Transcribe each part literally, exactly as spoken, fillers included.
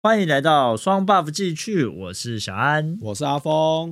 欢迎来到双 buff 继续，我是小安， 我是阿峰。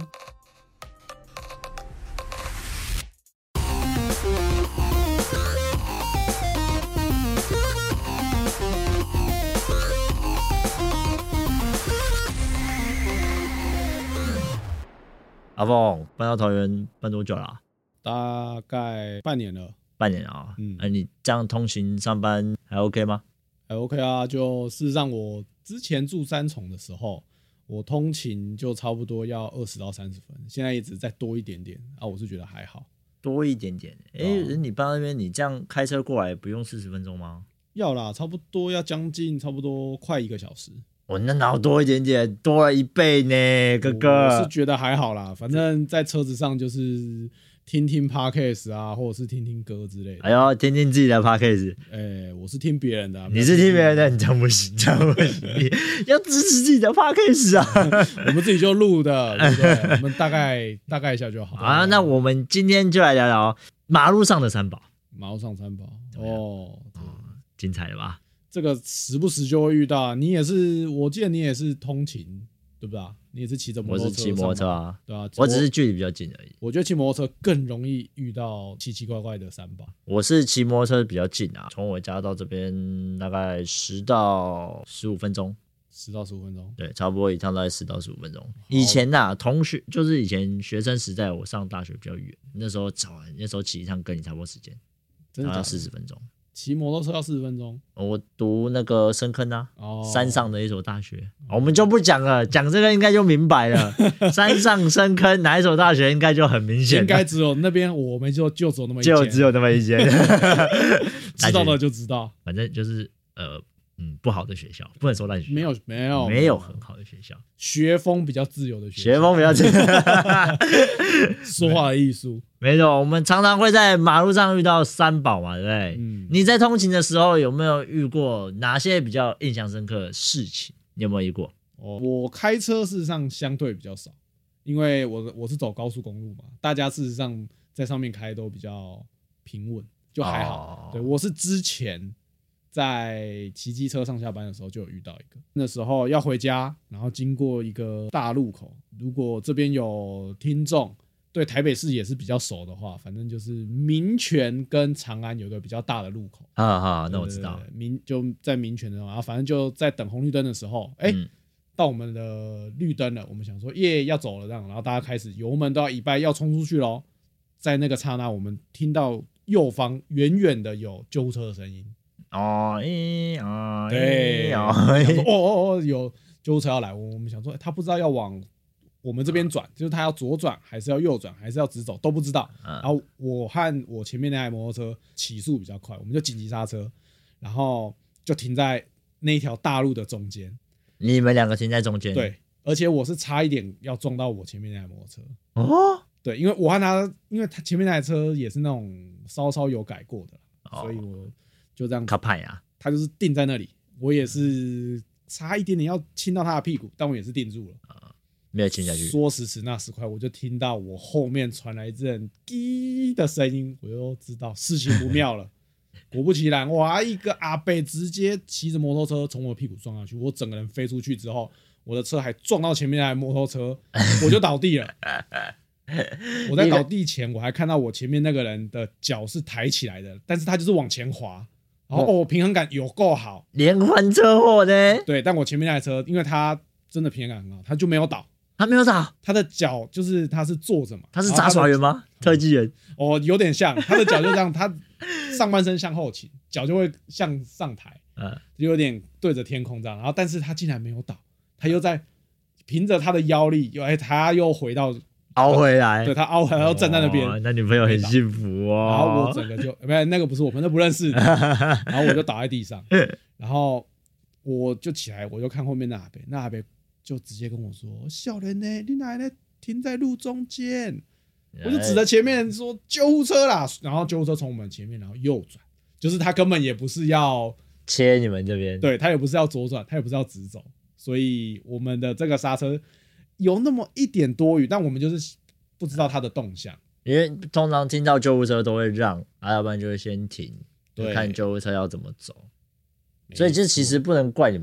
阿峰搬到桃园搬多久了、啊？ 大概半年了。 半年啊，嗯，那、 啊、 你这样通勤上班还 OK 吗？ 还 OK 啊，就事实上我之前住三重的时候，我通勤就差不多要二十到三十分，现在也只再多一点点啊，我是觉得还好， 多一点点。哎、欸，你搬到那边，你这样开车过来不用四十分钟吗？ 要啦，差不多要将近差不多快一个小时。 哦，那哪有多一点点，多了一倍呢，哥哥。 我是觉得还好啦，反正在车子上就是听听 podcast 啊，或者是听听歌之类的。 哎呦，听听自己的 podcast。 哎、欸，我是听别人的、啊， 你是听别人的，你这样不行，这样不行，要支持自己的 podcast 啊。 我们自己就录的，对不对？我们大概大概一下就好。 啊，那我们今天就来聊聊马路上的三宝。 马路上三宝，哦， 哦，精彩了吧？ 这个时不时就会遇到，你也是，我记得你也是通勤，对不对？你也是骑着摩托车， 我是骑摩托车啊， 对啊， 我只是距离比较近而已。 我觉得骑摩托车更容易遇到奇奇怪怪的三宝。 我是骑摩托车比较近啊，从我家到这边大概十到十五分钟， 十到十五分钟， 对，差不多一趟大概十到十五分钟。以前呐、啊，同学就是以前学生时代，我上大学比较远，那时候早，那时候骑一趟跟你差不多时间， 真的要四十分钟。 骑摩托车要四十分钟， 我读那个深坑啊， 哦、 山上的一所大学，我们就不讲了，讲这个应该就明白了。山上深坑哪一所大学应该就很明显， 应该只有那边我们就就只有那么一间， 就只有那么一间， 知道的就知道， 反正就是呃嗯不好的学校，不能说烂学校， 没有没有没有很好的学校， 学风比较自由的学校， 学风比较自由， 说话的艺术。 没错，我们常常会在马路上遇到三宝嘛，对不对？嗯，你在通勤的时候有没有遇过哪些比较印象深刻的事情？你有没有遇过？ 哦，我开车事实上相对比较少，因为我我是走高速公路嘛，大家事实上在上面开都比较平稳，就还好。哦、对，我是之前在骑机车上下班的时候就有遇到一个，那时候要回家，然后经过一个大路口，如果这边有听众对台北市也是比较熟的话，反正就是民权跟长安有个比较大的路口。 啊哈，那我知道， 民就在民权的，然后反正就在等红绿灯的时候，哎、欸嗯，到我们的绿灯了，我们想说耶要走了这样，然后大家开始油门都要一掰要冲出去咯，在那个刹那，我们听到右方远远的有救护车的声音。哦，咦、欸、啊，对，哦哦哦，有救护车要来，我们想说他不知道要往我们这边转，就是他要左转还是要右转还是要直走都不知道。然后我和我前面那台摩托车起速比较快，我们就紧急刹车，然后就停在那一条大路的中间。 你们两个停在中间？ 对，而且我是差一点要撞到我前面那台摩托车。哦，对，因为我和他，因为他前面那台车也是那种稍稍有改过的，哦、所以我就这样。 他派啊， 他就是定在那里，我也是差一点点要亲到他的屁股，但我也是定住了。 没有亲下去， 说时迟那时快，我就听到我后面传来一阵滴的声音，我就知道事情不妙了。果不其然，哇！一个阿伯直接骑着摩托车从我的屁股撞下去，我整个人飞出去之后，我的车还撞到前面那台摩托车，我就倒地了。我在倒地前，我还看到我前面那个人的脚是抬起来的，但是他就是往前滑，然后哦，平衡感有够好， 连环车祸呢？ 对，但我前面那台车，因为他真的平衡感很好，他就没有倒。 他没有倒， 他的脚就是他是坐着嘛， 他是杂耍员吗？特技人哦，有点像，他的脚就这样，他上半身向后倾，脚就会向上抬，嗯，就有点对着天空这样。然后，但是他竟然没有倒，他又在凭着他的腰力，又哎，他又回到凹回来， 对他凹回来，又站在那边。 那女朋友很幸福哦。 然后我整个就没有那个不是我们都不认识，然后我就倒在地上，然后我就起来，我就看后面那阿伯，那阿伯就直接跟我说：“少年呢，你哪来停在路中间？”我就指着前面说：“救护车啦！”然后救护车从我们前面，然后右转，就是他根本也不是要切你们这边， 对他也不是要左转，他也不是要直走，所以我们的这个刹车有那么一点多余，但我们就是不知道他的动向， 因为通常听到救护车都会让，啊，要不然就会先停，看救护车要怎么走。所以这其实不能怪你们啊，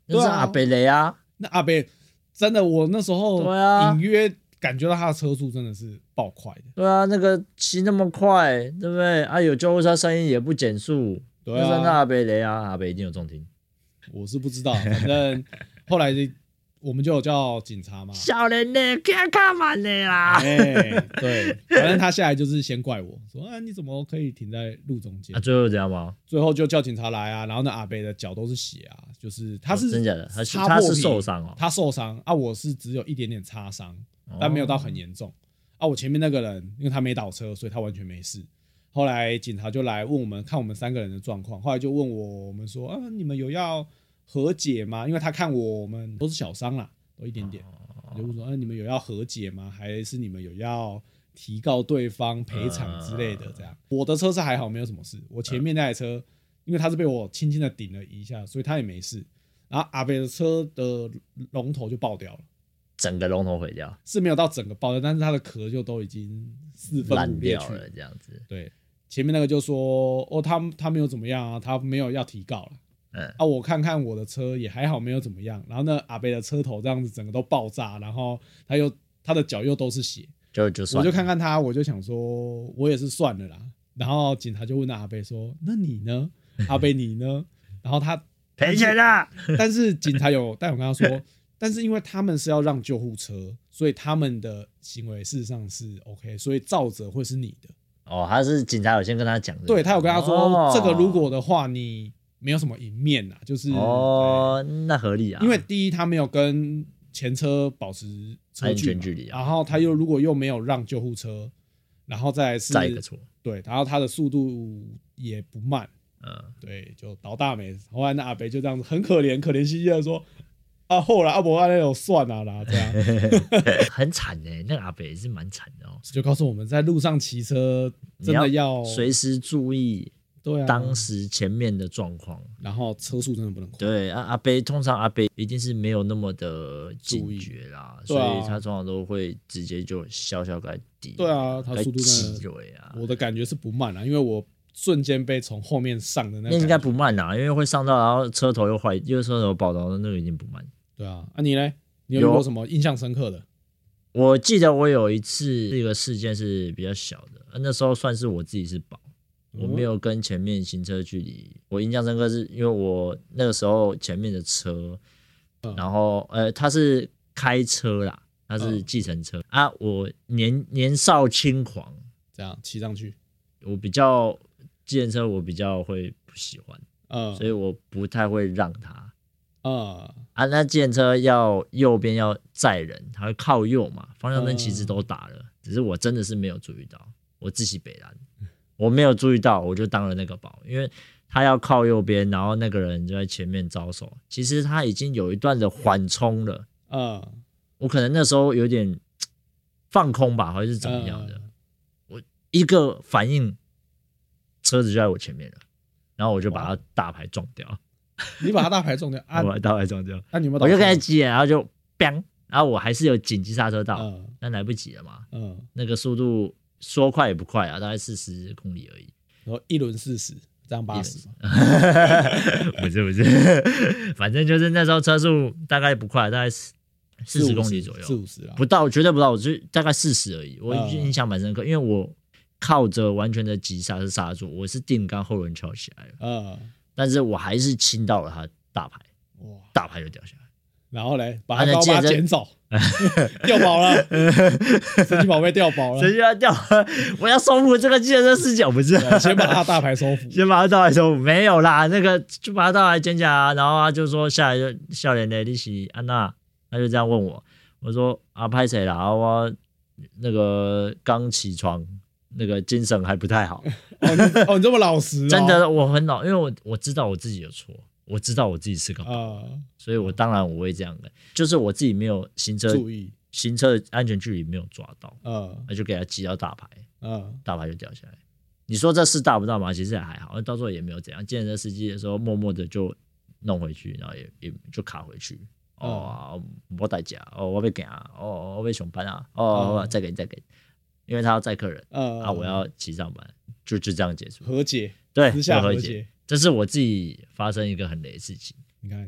那是阿北雷啊。 那阿北真的，我那时候对啊隐约感觉到他的车速真的是爆快的。 对啊，那个骑那么快，对不对？啊，有救护车声音也不减速， 对啊， 那是那阿北雷啊，阿北一定有重听。 我是不知道，反正后来我们就有叫警察嘛。 少年的看看慢的啦。 哎、欸，对，反正他下来就是先怪我说啊，你怎么可以停在路中间？ 啊，最后怎样吗？ 最后就叫警察来啊，然后那阿北的脚都是血啊，就是他是、 哦、真假的，他是擦破皮他是受伤哦， 他受伤啊，我是只有一点点擦伤，但没有到很严重、哦、啊。我前面那个人因为他没倒车，所以他完全没事。后来警察就来问我们，看我们三个人的状况，后来就问我们说啊，你们有要和解吗？因为他看我们都是小伤啦，都一点点，哦、就问说啊，你们有要和解吗？还是你们有要提告对方赔偿之类的？这样，我的车是还好，没有什么事。我前面那台车，因为他是被我轻轻的顶了一下，所以他也没事。然后阿北的车的龙头就爆掉了， 整个龙头毁掉， 是没有到整个爆掉，但是它的壳就都已经四分五裂去了，这样子。 对，前面那个就说哦，他他没有怎么样啊，他没有要提告了。嗯、啊，我看看我的车也还好，没有怎么样。然后呢，阿北的车头这样子整个都爆炸，然后他又他的脚又都是血， 就就算我就看看他，我就想说，我也是算了啦。然后警察就问阿北说：“那你呢？阿北你呢？”然后他赔钱啦。 但是警察有，但我跟他说，但是因为他们是要让救护车，所以他们的行为事实上是 OK， 所以肇责会是你的。 哦，他是警察有先跟他讲， 对他有跟他说，哦、这个如果的话，你没有什么赢面呐，就是哦，那合理啊。 因为第一，他没有跟前车保持车距安全距离啊， 然后他又如果又没有让救护车，然后再来是再一个错， 对，然后他的速度也不慢，嗯，对，就倒大霉。后来那阿北就这样子很可怜，可怜兮兮的说。啊，后来阿伯阿那有算啊啦，这样很惨哎，那个阿北也是蛮惨的哦。 就告诉我们在路上骑车真的要随时注意，对啊，当时前面的状况， 然后车速真的不能快。 对啊，阿北通常阿北一定是没有那么的警觉啦，所以他通常都会直接就小小改低。 对啊，他速度真的，啊，我的感觉是不慢啊，因为我。瞬间被从后面上的那那应该不慢啊，因为会上到，然后车头又坏，又车头爆到，那个已经不慢。 对啊，啊你呢？你有没有什么印象深刻的？ 我記得我有一次这个事件是比较小的，那时候算是我自己是保，我没有跟前面行车距离。我印象深刻是因为我那个时候前面的车，嗯、然后呃他是开车啦，他是计程车、嗯、啊，我年年少轻狂， 这样骑上去， 我比较。计程车我比较会不喜欢，嗯，所以我不太会让他，嗯啊，那计程车要右边要载人，他会靠右嘛，方向灯其实都打了，嗯、只是我真的是没有注意到，我自己北蓝，我没有注意到，我就当了那个宝，因为他要靠右边，然后那个人就在前面招手，其实他已经有一段的缓冲了，嗯，我可能那时候有点放空吧，还是怎么样的，嗯、我一个反应。车子就在我前面了，然后我就把他大牌撞掉。 你把他大牌撞掉？啊、 我把他大牌撞掉。 那、啊、你有没有？ 我就跟他急了，然后就 bang， 然后我还是有紧急刹车道，嗯、但来不及了嘛。嗯，那个速度说快也不快啊，大概四十公里而已。 然后一轮四十，这样八十吗？ 不是不是，反正就是那时候车速大概不快，大概四十公里左右， 四五十啊， 不到，绝对不到，我就大概四十而已。我印象蛮深刻，因为我。靠着完全的急刹是刹住，我是定杆后轮翘起来了，嗯，但是我还是亲到了他大牌，哇，大牌就掉下来， 然后嘞，把他高把捡走，掉宝了，神奇宝贝掉宝了， 神奇宝贝掉，我要收复这个计程车视角，不是， 先把他大牌收服， 先把他大牌收服，没有啦，那个就把他大牌捡起来、啊，然后他就说下来就笑脸的利息安娜，他就这样问我，我说啊拍谁啦，我那个刚起床。那个精神还不太好哦你，哦，你这么老实、哦， 真的我很老，因为我我知道我自己有错，我知道我自己是个宝、呃，所以我当然我会这样的，就是我自己没有行车注意， 行车安全距离没有抓到，嗯、呃，那就给他挤到大牌，嗯、呃，大牌就掉下来。你说这事大不大嘛？其实也还好，到时候也没有怎样。计程车司机的时候，默默的就弄回去，然后也也就卡回去。哦，呃、我代价，哦，我被给啊，哦，我被上班啊，哦，呃、再给再给。因为他要载客人，呃、啊，我要骑上班，就就这样结束和解， 对， 私下和解，这是我自己发生一个很雷的事情。 你看，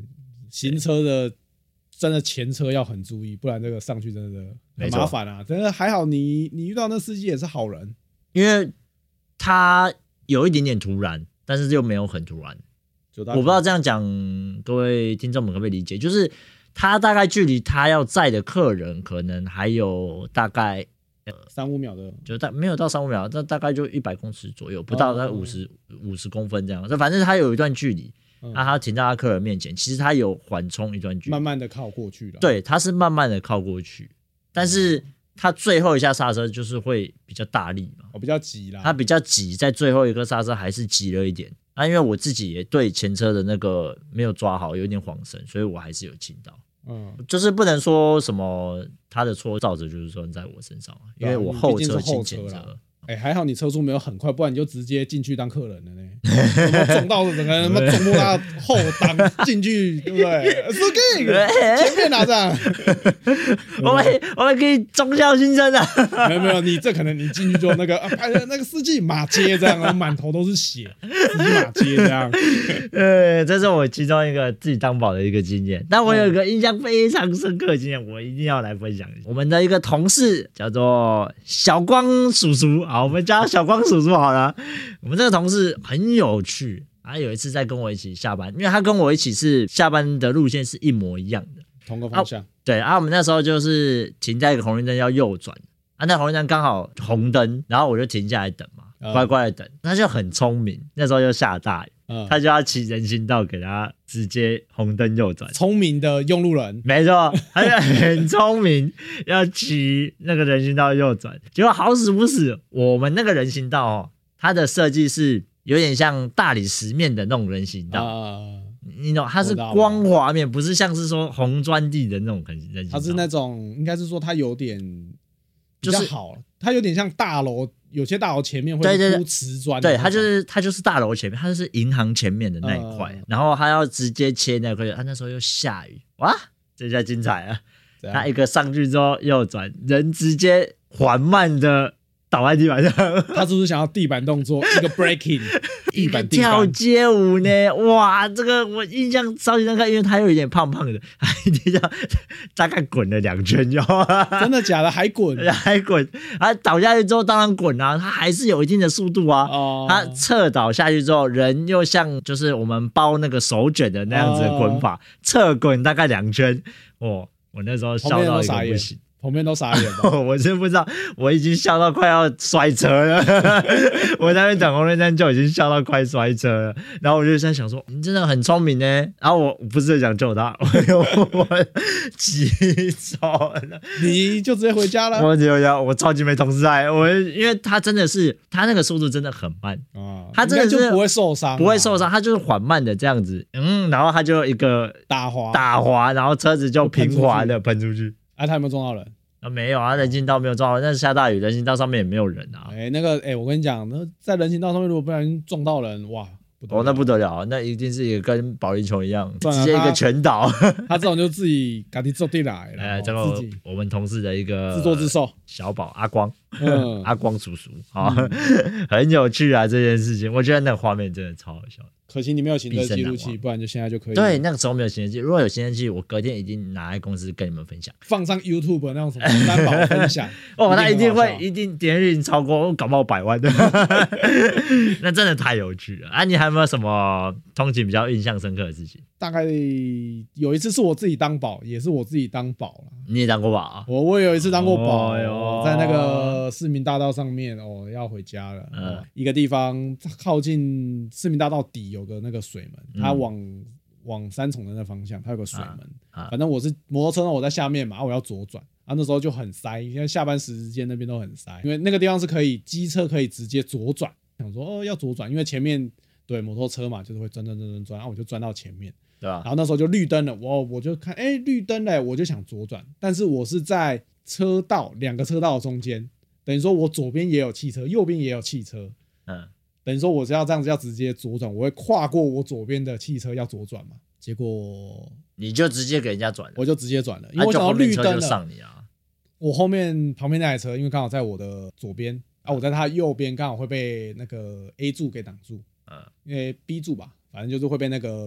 行车的真的前车要很注意，不然这个上去真的很麻烦啊。真的还好你你遇到那司机也是好人， 因为他有一点点突然，但是又没有很突然。我不知道这样讲各位听众们可不可以理解，就是他大概距离他要载的客人可能还有大概三五秒的， 就大没有到三五秒，但大概就一百公尺左右，不到大概五十五十公分这样。反正他有一段距离，那、嗯啊、他停在他客人面前，其实他有缓冲一段距离， 慢慢的靠过去了。 对，他是慢慢的靠过去，但是他最后一下刹车就是会比较大力嘛， 哦，比较急啦。 他比较急，在最后一个刹车还是急了一点。那、啊、因为我自己也对前车的那个没有抓好，有点晃神，所以我还是有亲到。嗯，就是不能说什么他的错，照着就是说在我身上，因为我后车亲前车。 哎、欸，还好你车速没有很快，不然你就直接进去当客人了呢。什么撞到整个人，什么撞到他后挡进去，对不对 ？Suki， 前面拿着， 我们我们可以忠孝新生的。 没有没有，你这可能你进去就那个啊，那个司机马街这样，满头都是血，司机马街这样。 呃，这是我其中一个自己当保的一个经验。但我有一个印象非常深刻的经验，我一定要来分享一下。我们的一个同事叫做小光叔叔啊。我们叫他小光叔叔好了。我们这个同事很有趣，他有一次在跟我一起下班，因为他跟我一起是下班的路线是一模一样的， 同个方向。啊对啊，我们那时候就是停在一个红绿灯要右转啊，那红绿灯刚好红灯，然后我就停下来等嘛，嗯、乖乖的等。他就很聪明，那时候又下大雨。嗯、他就要骑人行道给他直接红灯右转， 聪明的用路人， 没错，他就很聪明，要骑那个人行道右转。结果好死不死，我们那个人行道哦，它的设计是有点像大理石面的那种人行道，呃、你懂？它是光滑面，不是像是说红砖地的那种人行道。 它是那种，应该是说它有点比较好，就是、它有点像大楼。有些大楼前面会铺瓷砖， 对，它就是它就是大楼前面，它就是银行前面的那一块，呃、然后它要直接切那块，它那时候又下雨，哇，这下精彩了！它一个上去之后右转，人直接缓慢的倒在地板上， 他是不是想要地板动作一个 breaking， 一个跳街舞呢？哇，这个我印象超级深刻，因为他又有点胖胖的，还这样大概滚了两圈就， 真的假的？还滚？ 还滚？他倒下去之后当然滚啊，他还是有一定的速度啊。哦、他侧倒下去之后，人又像就是我们包那个手卷的那样子的滚法，哦、侧滚大概两圈。哦，我那时候笑到一个不行。 旁边都傻眼了， 我真不知道，我已经笑到快要摔车了。我在那边等红绿灯就已经笑到快摔车了，然后我就在想说，你真的很聪明呢。然后我不是想救他，我我急走了， 你就直接回家了。 我直接回家，我超级没同事爱我，因为他真的是他那个速度真的很慢啊，他真的就不会受伤、啊， 不会受伤，他就是缓慢的这样子，嗯，然后他就一个打滑打滑，然后车子就平滑的喷出去。 啊，他有没有撞到人？ 啊，没有啊，人行道没有撞到，但是下大雨，人行道上面也没有人啊。 哎、欸，那个，哎、欸，我跟你讲，那在人行道上面如果不小心撞到人，哇， 哦，那不得了，那一定是一个跟保龄球一样，直接一个全倒。 他这种就自己赶紧坐地来了。 哎，这个我们同事的一个自作自受小宝阿光，嗯、阿光叔叔啊，嗯、很有趣啊，这件事情，我觉得那个画面真的超好笑的。 可惜你没有行车记录器，不然就现在就可以。 对，那个时候没有行车记录，如果有行车记录，我隔天一定拿来公司跟你们分享， 放上 YouTube 那种什么三宝分享。 哦，那一定会，一定点击率超过，搞不好百万的。那真的太有趣了啊！你还有没有什么通勤比较印象深刻的事情？ 大概有一次是我自己当保，也是我自己当保了。 你也当过保啊？ 我我也有一次当过保，哦、在那个市民大道上面哦，要回家了。嗯，一个地方靠近市民大道底有个那个水门，它往、嗯、往三重的那方向，它有个水门。啊啊、反正我是摩托车呢，我在下面嘛，啊、我要左转。啊，那时候就很塞，因为下班时间那边都很塞，因为那个地方是可以机车可以直接左转。想说哦要左转，因为前面对摩托车嘛，就是会转转转转转，然后我就转到前面。对啊，然后那时候就绿灯了，我我就看，哎、欸，绿灯了，我就想左转，但是我是在车道两个车道的中间，等于说我左边也有汽车，右边也有汽车，嗯，等于说我是要这样子要直接左转，我会跨过我左边的汽车要左转嘛，结果你就直接给人家转了， 我就直接转了，因为我想要绿灯了， 啊、就上你啊， 我后面旁边那台车，因为刚好在我的左边啊，我在他右边刚好会被那个 A 柱给挡住，嗯，因为 B 柱吧，反正就是会被那个。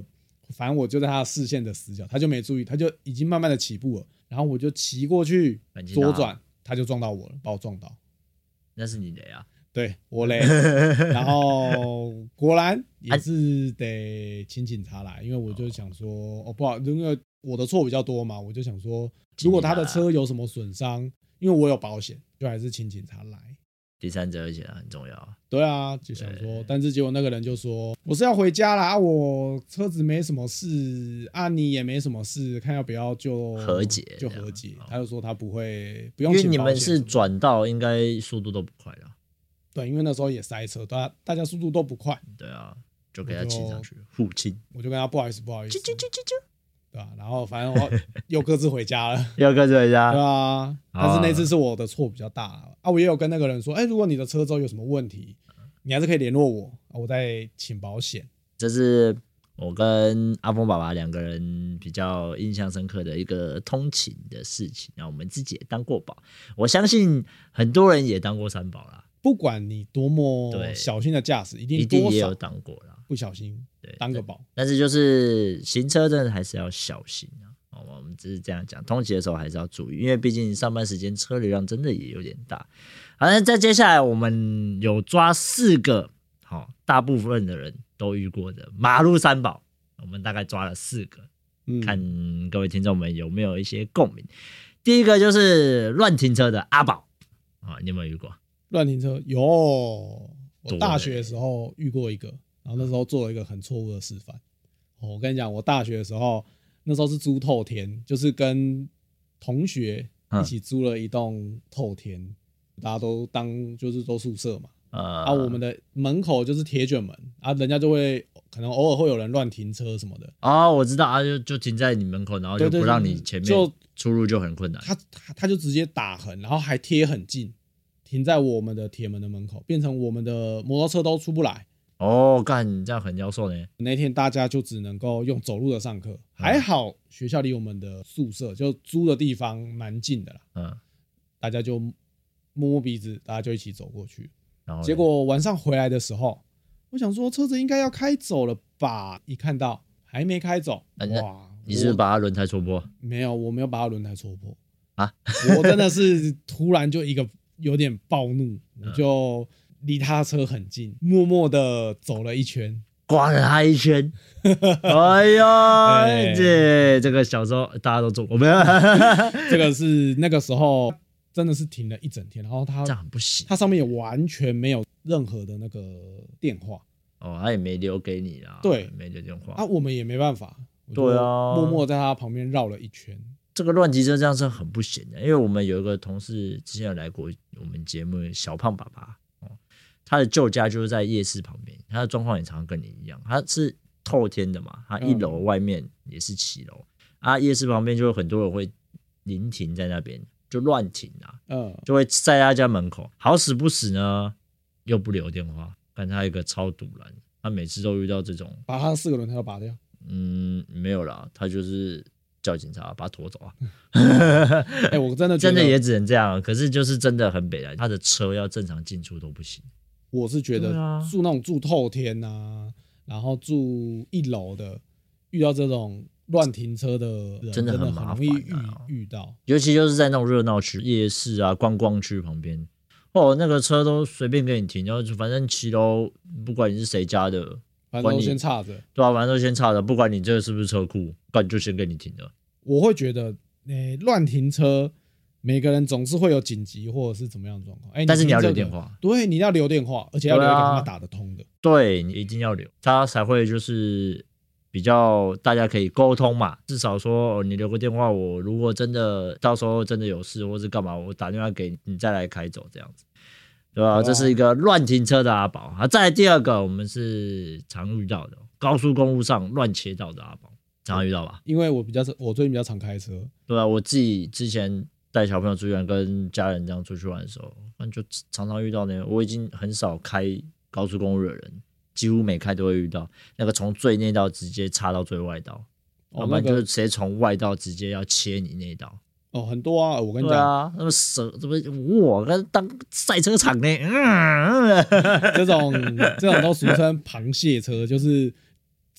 反正我就在他的视线的死角，他就没注意，他就已经慢慢的起步了，然后我就骑过去左转，他就撞到我了，把我撞倒。 那是你雷啊？ 对，我雷。然后果然也是得请警察来，因为我就想说，哦不好，因为我的错比较多嘛，我就想说，如果他的车有什么损伤，因为我有保险，就还是请警察来。 第三者险很重要。 对啊，就想说，但是结果那个人就说，我是要回家啦，啊，我车子没什么事啊，你也没什么事，看要不要就和解， 就和解。他就说他不会，不用请保险。 因为你们是转道，应该速度都不快啦。 对，因为那时候也塞车，大家大家速度都不快。 对啊，就给他亲上去，互亲。 我就跟他不好意思，不好意思。对吧、啊？然后反正我又各自回家了， 又各自回家。 对啊，但是那次是我的错比较大啊。我也有跟那个人说，哎、欸，如果你的车周有什么问题，你还是可以联络我，我再请保险。 这是我跟阿峰爸爸两个人比较印象深刻的一个通勤的事情。然后我们自己也当过宝，我相信很多人也当过三宝啦。 不管你多么小心的驾驶，一定一定也有当过啦。 不小心对当个宝， 但是就是行车真的还是要小心啊。哦、我们只是这样讲，通勤的时候还是要注意，因为毕竟上班时间车流量真的也有点大。好，那再接下来我们有抓四个，好、哦，大部分的人都遇过的马路三宝，我们大概抓了四个，嗯、看各位听众们有没有一些共鸣。第一个就是乱停车的阿宝啊、哦，你有没有遇过？ 乱停车有，我大学的时候遇过一个。然后那时候做了一个很错误的示范。哦，我跟你讲，我大学的时候，那时候是租透天，就是跟同学一起租了一栋透天，嗯、大家都当就是都宿舍嘛。呃、啊，我们的门口就是铁卷门啊，人家就会可能偶尔会有人乱停车什么的。 哦，我知道啊，就就停在你门口，然后就不让你前面就出入就很困难。 他他他就直接打横，然后还贴很近，停在我们的铁门的门口，变成我们的摩托车都出不来。 哦，干，你这样很妖兽呢。 那天大家就只能够用走路的上课，嗯、还好学校离我们的宿舍就租的地方蛮近的啦。嗯，大家就摸摸鼻子，大家就一起走过去。然后结果晚上回来的时候，我想说车子应该要开走了吧？一看到还没开走，啊、哇！ 你是不是把它轮胎戳破？ 没有，我没有把它轮胎戳破啊！我真的是突然就一个有点暴怒，我就。离他车很近，默默的走了一圈， 刮了他一圈。哎呀，这这个小时候大家都做过，没有？ 这个是那个时候真的是停了一整天，然后他这样很不行， 他上面也完全没有任何的那个电话， 哦，他也没留给你啦， 对， 没留电话， 啊，我们也没办法， 对啊， 默默在他旁边绕了一圈。 这个乱骑车这样是很不行的，因为我们有一个同事之前有来过我们节目，小胖爸爸。他的旧家就是在夜市旁边，他的状况也常常跟你一样，他是透天的嘛，他一楼外面也是骑楼、嗯、啊，夜市旁边就有很多人会临停在那边，就乱停啊，嗯，就会在他家门口，好死不死呢，又不留电话，但他一个超堵拦，他每次都遇到这种， 把他四个轮胎都拔掉， 嗯，没有啦，他就是叫警察把他拖走啊， 哎、欸，我真的觉得真的也只能这样，可是就是真的很北蓝，他的车要正常进出都不行。 我是觉得住那种住透天啊，然后住一楼的，遇到这种乱停车的人， 真的很麻烦、 啊、遇, 遇到， 尤其就是在那种热闹区、夜市啊、观光区旁边，哦，那个车都随便给你停，然后反正骑楼，不管你是谁家的， 反正都先插着， 对啊，反正都先插着，不管你这个是不是车库，干就先给你停了。 我会觉得，诶、欸，乱停车。每个人总是会有紧急或者是怎么样的状况，哎、欸， 但是你要留电话， 对，你要留电话，而且要留一个他打得通的， 对，你一定要留，他才会就是比较大家可以沟通嘛，至少说、哦、你留个电话，我如果真的到时候真的有事或是干嘛，我打电话给你再来开走这样子，对吧？这是一个乱停车的阿宝啊。再来第二个，我们是常遇到的高速公路上乱切道的阿宝，常常遇到吧？ 因为我比较我最近比较常开车， 对啊，我自己之前。带小朋友出去玩，跟家人这样出去玩的时候，就常常遇到那个。我已经很少开高速公路的人，几乎每开都会遇到那个从最内道直接插到最外道，要不然就是直接从外道直接要切你内道。 哦，很多啊，我跟你讲， 对啊，那么蛇，怎么我跟当赛车场呢？嗯， 这种这种都俗称螃蟹车，就是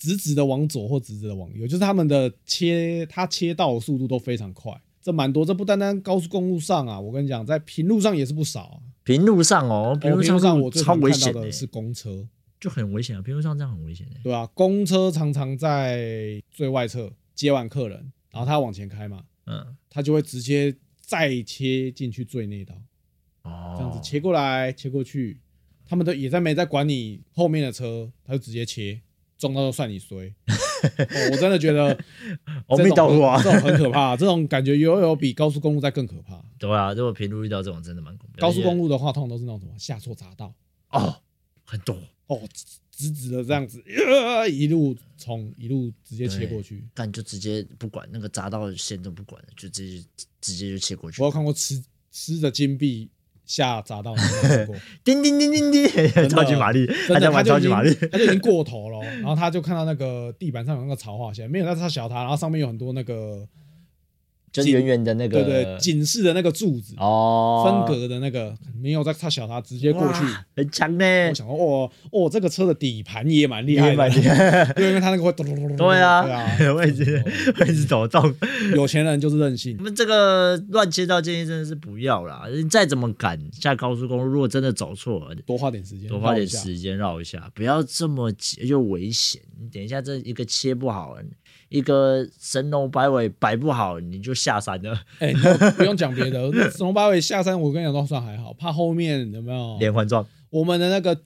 直直的往左或直直的往右，就是他们的切，它切道的速度都非常快，这蛮多。这不单单高速公路上啊，我跟你讲，在平路上也是不少啊。 平路上哦，平路上我最超危险的是公车， 就很危险啊。平路上这样很危险的。 对啊，公车常常在最外侧接完客人，然后他往前开嘛，嗯，他就会直接再切进去最内道，哦，这样子切过来切过去，他们都也在没在管你后面的车，他就直接切。撞到就算你衰、哦，我真的觉得阿弥陀佛啊， 这种很可怕，这种感觉有有比高速公路再更可怕。 对啊，如果平路遇到这种真的蛮恐怖。 高速公路的话，通常都是那种什么下错匝道哦，很多哦，直直的这样子，呃、一路从一路直接切过去， 但就直接不管那个匝道线都不管了，就直接直接就切过去。 我有看过吃吃着金币。下匝道， 叮叮叮叮叮，超级玛丽，他在玩超级玛丽， 他就已经过头了，然后他就看到那个地板上有那个槽化线，没有，但是他小他，然后上面有很多那个， 就是圆圆的那个， 对对，警示的那个柱子哦，分隔的那个，没有在他小他直接过去， 很强呢。 我想说，哦哦，这个车的底盘也蛮厉害的，因为他那个会咚咚咚咚， 对啊，对啊，位置位置走动， 有钱人就是任性。 我们这个乱切道建议真的是不要啦，你再怎么赶下高速公路，如果真的走错了， 多花点时间， 多花点时间绕一下，不要这么急又危险。你等一下这一个切不好，一个神龙摆尾摆不好，你就下山了。 哎、欸，你不用讲别的，神龙摆尾下山，我跟你讲都算还好，怕后面有没有连环撞？ 我们的那个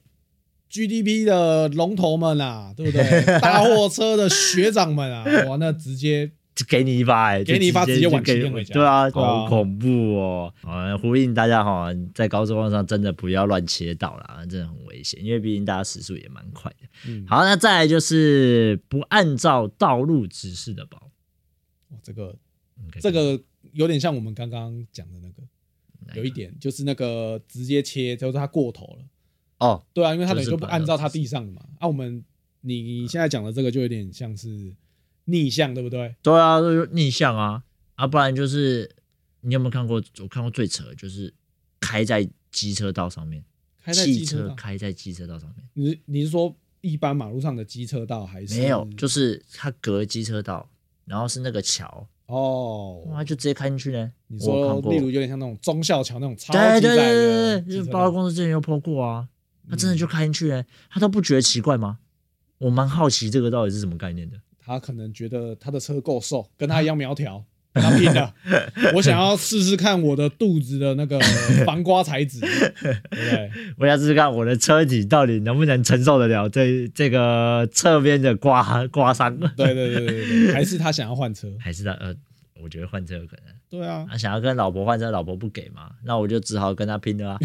G D P 的龙头们啊，对不对？大货车的学长们啊，哇，那直接给你一发、欸， 给你一发，直接往起点回家。 对啊，好恐怖哦！啊，呼应大家哈，在高速公路上真的不要乱切道啦，真的很危险，因为毕竟大家时速也蛮快的。嗯，好，那再来就是不按照道路指示的保。 哇，这个这个有点像我们刚刚讲的那个，有一点就是那个直接切，就是他过头了。哦，对啊，因为他等于就不按照他地上的嘛。啊，我们你现在讲的这个就有点像是逆向，对不对？ 对啊，就是逆向啊，啊，不然就是你有没有看过？我看过最扯的就是开在机车道上面， 开在机车汽车开在机车道上面。 你你是说一般马路上的机车道还是没有？就是它隔机车道，然后是那个桥哦，哇，就直接开进去呢。 你说，例如有点像那种忠孝桥那种超级窄的，对对对对，就是报告公司之前有破过啊，他真的就开进去呢，他都不觉得奇怪吗？我蛮好奇这个到底是什么概念的。 他可能觉得他的车够瘦，跟他一样苗条，跟他拼了。我想要试试看我的肚子的那个防刮材质，对不对？ 我想试试看我的车体到底能不能承受得了这这个侧边的刮刮伤。 对对对对对，还是他想要换车， 还是他呃，我觉得换车有可能。 对啊， 他想要跟老婆换车，老婆不给嘛，那我就只好跟他拼了啊！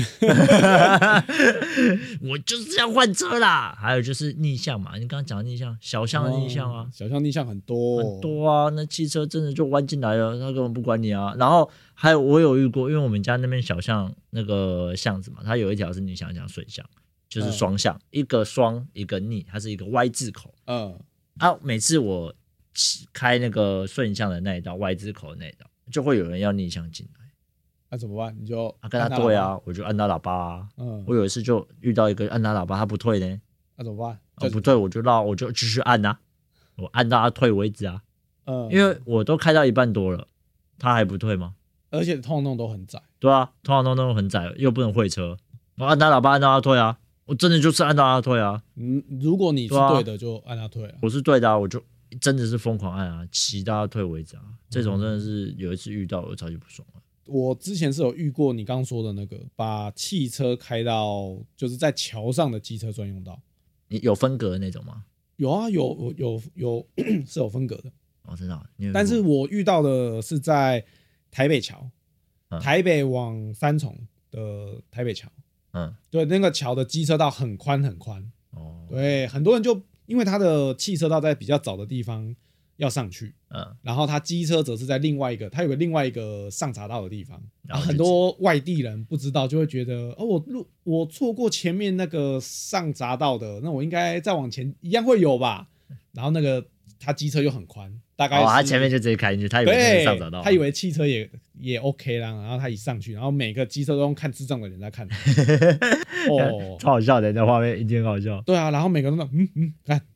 我就是要换车啦。还有就是逆向嘛，你刚刚讲的逆向，小巷的逆向啊， 哦、小巷逆向很多很多啊。那汽车真的就弯进来了，他根本不管你啊。然后还有我有遇过，因为我们家那边小巷那个巷子嘛，它有一条是逆向，一条顺向，就是双向，嗯、一个双一个逆，它是一个 Y 字口。嗯，啊，每次我开那个顺向的那一道 Y 字口的那一道。就会有人要逆向进来， 那、啊、怎么办？你就啊跟他对啊，我就按他喇叭啊。嗯，我有一次就遇到一个按他喇叭，他不退呢， 那、啊、怎么办？ 啊、不退我就绕，我就继续按啊，我按到他退为止啊。嗯，因为我都开到一半多了，他还不退吗？ 而且通通都很窄。 对啊，通常都都很窄，又不能会车，我按他喇叭按到他退啊，我真的就是按到他退啊。 嗯，如果你是对的，就按他退啊。 我是对的、啊，我就。真的是疯狂按啊，骑到他退为止啊！这种真的是有一次遇到，我超级不爽了。 我之前是有遇过你刚刚说的那个，把汽车开到就是在桥上的机车专用道， 你有分隔的那种吗？ 有啊，有有有是有分隔的。 我知道， 但是我遇到的是在台北桥，嗯、台北往三重的台北桥，嗯，对，那个桥的机车道很宽很宽，哦，对，很多人就。因为他的汽车道在比较早的地方要上去，嗯，然后他机车则是在另外一个，他有个另外一个上匝道的地方，然后很多外地人不知道，就会觉得哦，我路我错过前面那个上匝道的，那我应该再往前一样会有吧？然后那个他机车又很宽，大概是、 哦、他前面就直接开进去，他以为那是上匝道， 他以为汽车也也 OK 啦，然后他一上去，然后每个机车都用看智障的人在看， 哦，超好笑的，那画面一定很好笑。 对啊，然后每个人都嗯嗯，看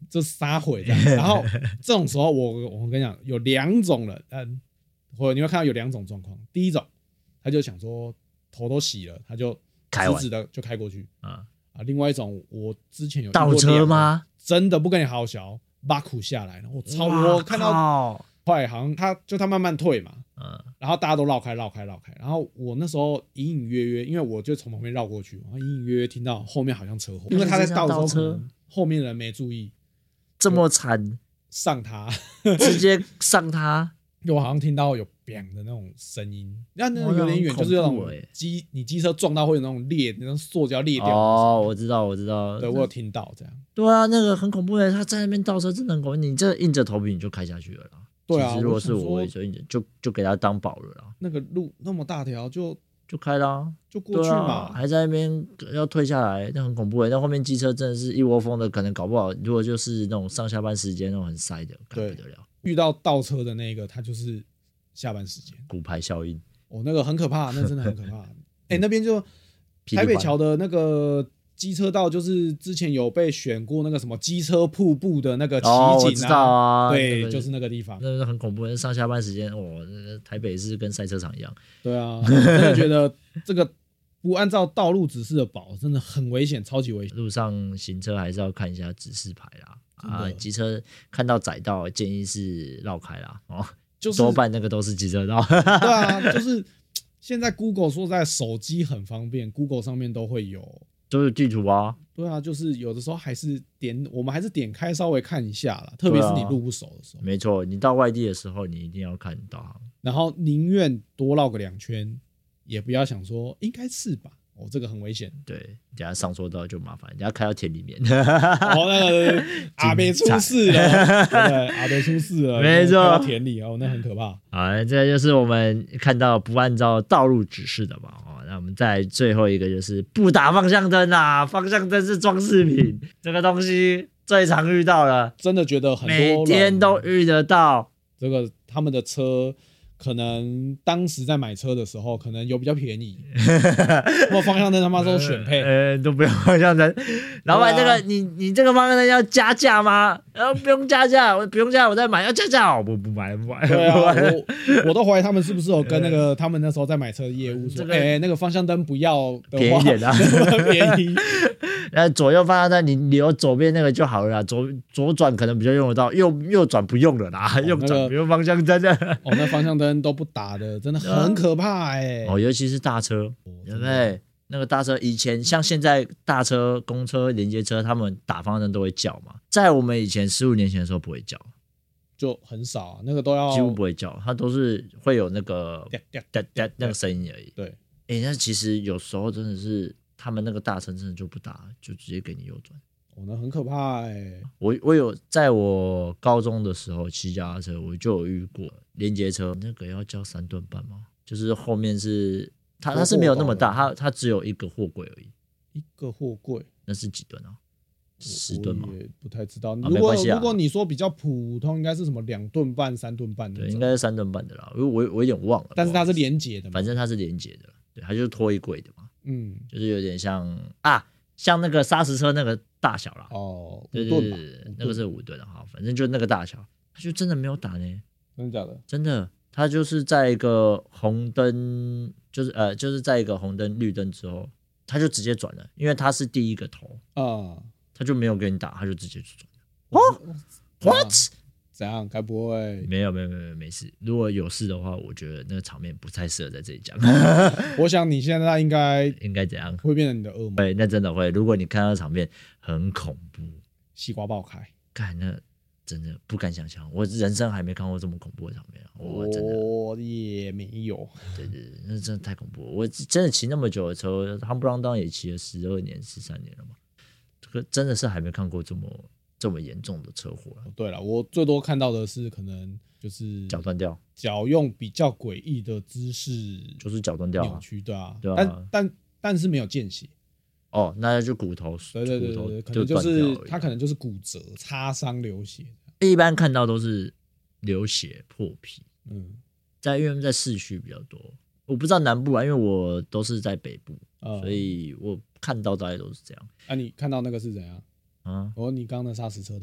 这撒毁这样。然后这种时候我我跟你讲有两种人，嗯，或者你会看到有两种状况。第一种，他就想说头都洗了，他就直直的就开过去啊啊。另外一种，我之前有倒车吗？ 真的不跟你好好小，巴苦下来了，我操！我看到快好像他就他慢慢退嘛，嗯，然后大家都绕开绕开绕开，然后我那时候隐隐约约，因为我就从旁边绕过去，然后隐隐约约听到后面好像车祸，因为他在倒的时候，后面人没注意， 这么惨上他， 直接上他， 我好像听到有 bang 的那种声音，那那有点远，就是那种机你机车撞到会有那种裂，那种塑胶裂掉。 哦，我知道我知道， 对我有听到这样。 对啊，那个很恐怖的，他在那边倒车真的很恐怖，你这硬着头皮你就开下去了啦。 对啊， 其实如果是我，我也就就就给他当宝了啦。 那个路那么大条，就就开啦， 就过去嘛， 啊、还在那边要退下来，那很恐怖哎。那后面机车真的是一窝蜂的，可能搞不好，如果就是那种上下班时间那种很塞的，干不得了。 遇到倒车的那个，他就是下班时间， 骨牌效应。 哦，那个很可怕，那真的很可怕。哎、欸，那边就台北桥的那个。机车道就是之前有被选过那个什么机车瀑布的那个奇景啊， 哦、我知道啊， 对、那個， 就是那个地方， 那是很恐怖。上下班时间，哦，台北是跟赛车场一样。 对啊，我真的觉得这个不按照道路指示的跑，真的很危险，超级危险。 路上行车还是要看一下指示牌啦。啊，机车看到窄道建议是绕开啦。哦，就是多半那个都是机车道。 对啊，就是现在 Google 说在手机很方便 ，Google 上面都会有。 都有地图啊， 对啊，就是有的时候还是点，我们还是点开稍微看一下啦，特别是你路不熟的时候。 啊、没错，你到外地的时候，你一定要看导航， 然后宁愿多绕个两圈，也不要想说应该是吧，哦，这个很危险。 对，等下上错道就麻烦，等下开到田里面。 哦，那个阿伯出事了，对，阿伯出事了， 没错， 开到田里哦，那很可怕。 好，这就是我们看到不按照道路指示的嘛。那我们再最后一个就是不打方向灯啊，方向灯是装饰品，这个东西最常遇到了， 真的觉得很多每天都遇得到。 这个他们的车可能当时在买车的时候，可能有比较便宜，或方向灯他妈都选配， 呃，都不用方向灯。老板，这个、啊、你你这个方向灯要加价吗？然后不用加价，我不用加，我再买，要加价哦，不不买不买。 对啊，我我都怀疑他们是不是有跟那个他们那时候在买车的业务说，哎、这个欸，那个方向灯不要的话便宜点啊， 便宜。 那左右方向灯，你留左边那个就好了啦，左左转可能比较用得到，右右转不用了啦，哦、右转不用方向灯的。 哦，那方向灯都不打的，真的很可怕哎、欸。 哦，尤其是大车，对不对？那个大车以前像现在大车、公车、连接车，他们打方向灯都会叫嘛，在我们以前十五年前的时候不会叫， 就很少啊，那个都要几乎不会叫，它都是会有那个哒哒哒那个声音而已。 对， 哎、欸，那其实有时候真的是他们那个大车真的就不打，就直接给你右转。 哦，那很可怕哎、欸！ 我我有在我高中的时候骑脚踏车，我就有遇过连接车，那个要交三吨半吗？就是后面是它它是没有那么大，它它只有一个货柜而已。 一个货柜那是几吨啊？十吨吗？ 我也不太知道。 啊、 如果、 啊、 如果你说比较普通，应该是什么两吨半、三吨半的， 对，应该是三吨半的啦。我我我有点忘了， 但是它是连结的嘛， 反正它是连结的，对，它就是拖一柜的嘛。嗯，就是有点像啊，像那个砂石车那个大小啦。 哦， 对对对对，那个是五吨的哈，反正就那个大小，它就真的没有打呢。 真的假的？ 真的，它就是在一个红灯，就是呃，就是在一个红灯、绿灯之后，它就直接转了，因为它是第一个头啊，它就没有给你打，它就直接就转了。哦 ，what？ 怎样？该不会没有没有没有没事。如果有事的话，我觉得那个场面不太适合在这里讲。 我想你现在应该应该怎样？ 会变成你的噩梦。 对，那真的会。如果你看到场面很恐怖， 西瓜爆开， 干那真的不敢想象。我人生还没看过这么恐怖的场面，我真的我也没有。 对对对，那真的太恐怖了。我真的骑那么久的车，夯不啷当也骑了十二年、十三年了嘛。这个真的是还没看过这么。这么严重的车祸、啊、 对了，我最多看到的是可能就是脚断掉， 脚用比较诡异的姿势， 就是脚断掉、啊、 扭曲，对啊， 对啊， 但但但是没有见血。 哦，那就骨头， 对对对对，可能就是他可能就是骨折、擦伤、流血。 一般看到都是流血、破皮。嗯，在因为在市区比较多，我不知道南部啊，因为我都是在北部，嗯、所以我看到大概都是这样。 啊，你看到那个是怎样？啊！哦，你刚刚的砂石车的，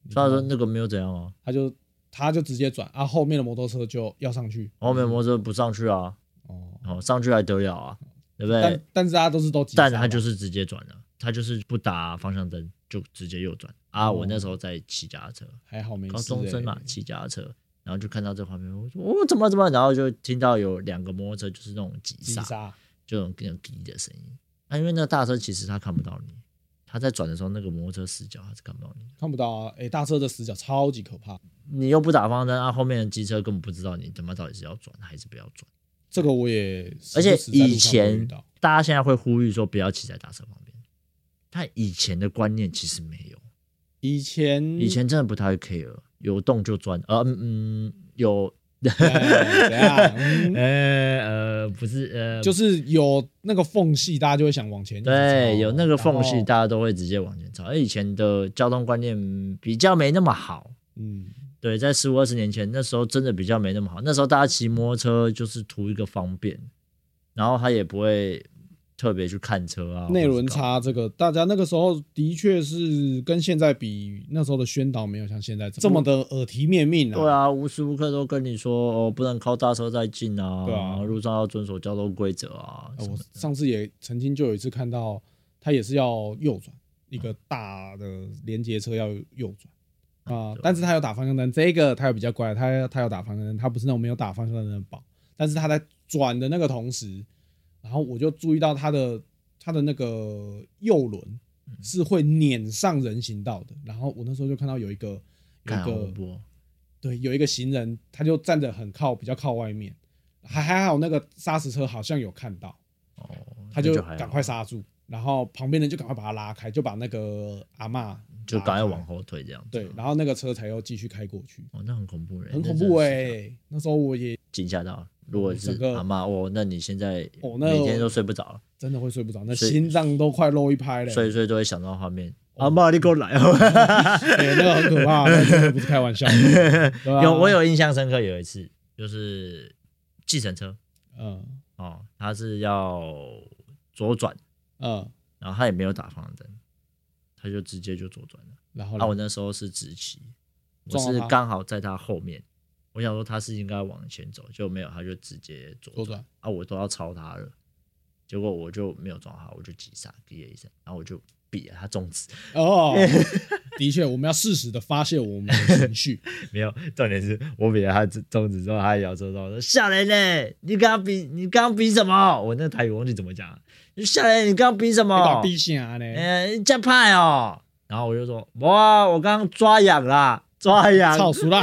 他说那个没有怎样啊， 他就他就直接转啊，后面的摩托车就要上去， 后面摩托车不上去啊，哦，哦上去还得了啊，对不对？ 但但是他都是都急刹，但他就是直接转了，他就是不打方向灯就直接右转啊。我那时候在骑脚踏车， 还好没事、欸， 高中生嘛，骑脚踏车。然后就看到这画面，我说哦怎么怎么，然后就听到有两个摩托车就是那种急刹，就有那种滴的声音。那、啊、因为那个大车其实他看不到你，他在转的时候那个摩托车死角他是看不到你， 看不到啊。哎、欸，大车的死角超级可怕， 你又不打方向灯，啊后面的机车根本不知道你他妈到底是要转还是不要转。 这个我也， 而且以前大家现在会呼吁说不要骑在大车旁边，但以前的观念其实没有， 以前以前真的不太会 care。有洞就钻，呃嗯有，怎样？ 呃呃不是呃， 就是有那个缝隙，大家就会想往前。 对，有那个缝隙，大家都会直接往前超。而以前的交通观念比较没那么好，嗯，对，在十五二十年前，那时候真的比较没那么好。那时候大家骑摩托车就是图一个方便，然后他也不会特别去看车啊， 内轮差这个，大家那个时候的确是跟现在比，那时候的宣导没有像现在这么的耳提面命啊。 对啊，无时无刻都跟你说哦，不能靠大车在进啊，对啊，路上要遵守交通规则啊。 我上次也曾经就有一次看到，他也是要右转，一个大的连接车要右转啊、呃，但是他有打方向灯，这个他有比较乖，他他有打方向灯，他不是那种没有打方向灯的宝，但是他在转的那个同时。然后我就注意到他的他的那个右轮是会碾上人行道的，然后我那时候就看到有一个有一个对有一个行人，他就站着很靠比较靠外面，还还好那个砂石车好像有看到，哦，他就赶快刹住，然后旁边人就赶快把他拉开，就把那个阿嬷就赶快往后退这样子， 对，然后那个车才又继续开过去。 哦，那很恐怖， 很恐怖哎、欸！那时候我也惊吓到了。如果是阿嬷哦，那你现在每天都睡不着了， 真的会睡不着，那心脏都快漏一拍了， 睡一睡都会想到画面。阿嬷，你给我来哦！ 对，那个很可怕，那真的不是开玩笑的。 有我有印象深刻，有一次就是计程车，嗯，哦，他是要左转，嗯，然后他也没有打方向灯，他就直接就左转了。然后，啊，我那时候是直骑，我是刚好在他后面。我想说他是应该往前走，就没有，他就直接左转啊！我都要超他了，结果我就没有撞他，我就急刹，滴了一声，然后我就比了他中指。哦， 的确，我们要适时的发泄我们的情绪。 没有，重点是我比了他中指之后，他也摇车说：“下来呢，你刚刚比，你刚刚比什么？”我那台语忘记怎么讲，下来，你刚刚比什么？ 比啥呢？ 呃，加派哦。然后我就说：“哇，我刚刚抓痒啦，抓痒。” 操熟啦！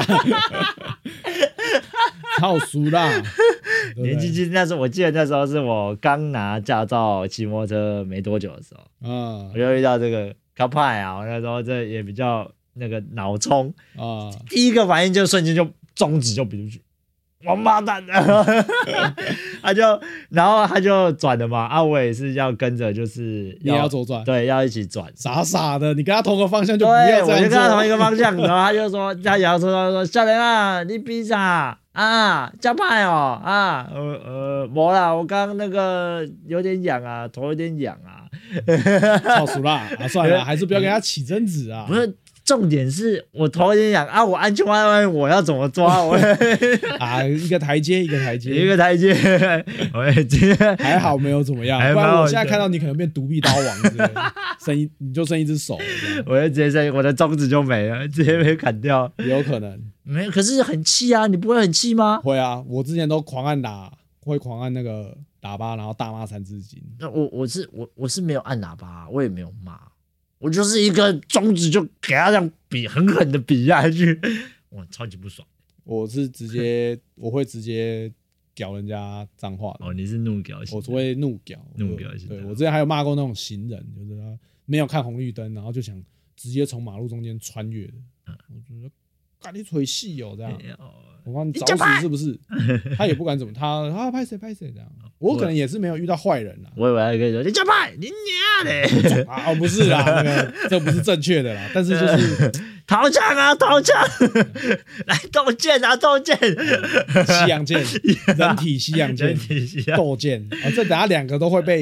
超熟啦！ 年纪轻，那时候我记得那时候是我刚拿驾照骑摩托车没多久的时候，嗯，我就遇到这个卡派啊，我那时候这也比较那个脑冲啊，第一个反应就瞬间就中指就比出去，王八蛋的，他就然后他就转了嘛，啊，我也是要跟着，就是要, 要左转， 对，要一起转， 傻傻的，你跟他同个方向就不要这样做， 我就跟他同一个方向，然后他就说，他摇车，他说小莲啊，你比啥？啊，加派哦，啊，呃呃，没啦，我刚刚那个有点痒啊，头有点痒啊， 超熟啦，啊，算了，还是不要给他起争执啊。 不是，重点是我头有点痒啊，我安全外面我要怎么抓？我啊，一个台阶一个台阶， 一个台阶，我也觉得还好没有怎么样，不然我现在看到你可能变独臂刀王之类的，剩一你就剩一只手了， 我就直接剩我的中指就没了，直接被砍掉， 有可能。 没有，可是很气啊！你不会很气吗？ 会啊，我之前都狂按打，会狂按那个喇叭，然后大骂三字经。 那我我是我我是没有按喇叭，我也没有骂，我就是一个中指就给他这样比，狠狠的比下去，哇，超级不爽。 我是直接我会直接屌人家脏话的。 哦，你是怒屌型？ 我会怒屌， 怒屌型。 对，我之前还有骂过那种行人，就是他没有看红绿灯，然后就想直接从马路中间穿越的。嗯、我觉得。干你吹戏哦，这样，我帮你找死是不是？他也不敢怎么，他他拍谁拍谁这样。我可能也是没有遇到坏人啦。 我以为还可以说你假派，你娘的！ 啊，哦，不是啦，那个这不是正确的啦。但是就是掏枪啊，掏枪！来斗剑啊，斗剑！ 西洋剑，人体西洋剑， 人体西洋斗剑啊，这等下两个都会被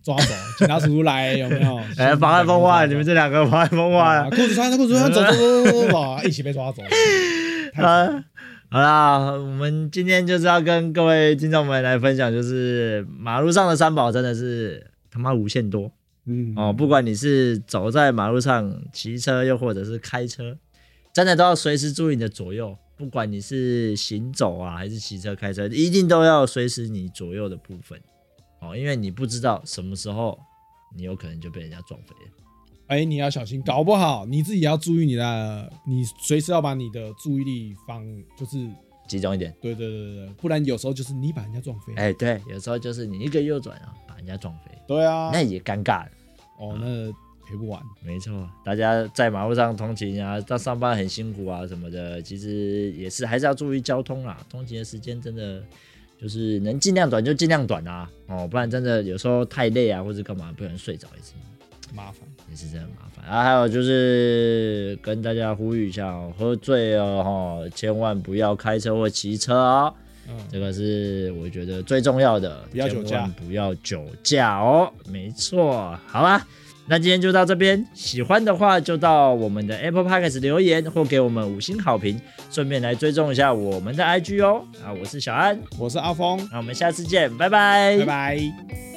抓走，警察叔叔来有没有？ 哎，妨碍风化，你们这两个妨碍风化， 裤子穿，裤子穿，走走走走走，一起被抓走。 啊，好啦，我们今天就是要跟各位听众们来分享，就是马路上的三宝真的是他妈无限多。嗯哦，不管你是走在马路上骑车，又或者是开车，真的都要随时注意你的左右。不管你是行走啊，还是骑车、开车，一定都要随时你左右的部分哦，因为你不知道什么时候你有可能就被人家撞飞了。 哎、欸，你要小心，搞不好你自己要注意你的，你随时要把你的注意力放，就是集中一点。 对对对对，不然有时候就是你把人家撞飞。 哎、欸，对，有时候就是你一个右转啊，把人家撞飞。 对啊， 那也尴尬了。 哦，那。赔不完， 没错，大家在马路上通勤啊，到上班很辛苦啊什么的，其实也是还是要注意交通啦。通勤的时间真的就是能尽量短就尽量短啊，哦，不然真的有时候太累啊，或者干嘛，不然睡着也是麻烦， 也是真的麻烦啊。还有就是跟大家呼吁一下哦，喝醉了哈，千万不要开车或骑车哦。嗯，这个是我觉得最重要的， 不要酒驾， 不要酒驾哦。没错，好啦。那今天就到这边，喜欢的话就到我们的 Apple Podcast 留言或给我们五星好评，顺便来追踪一下我们的 I G 哦。啊，我是小安， 我是阿峰， 那我们下次见，拜拜， 拜拜。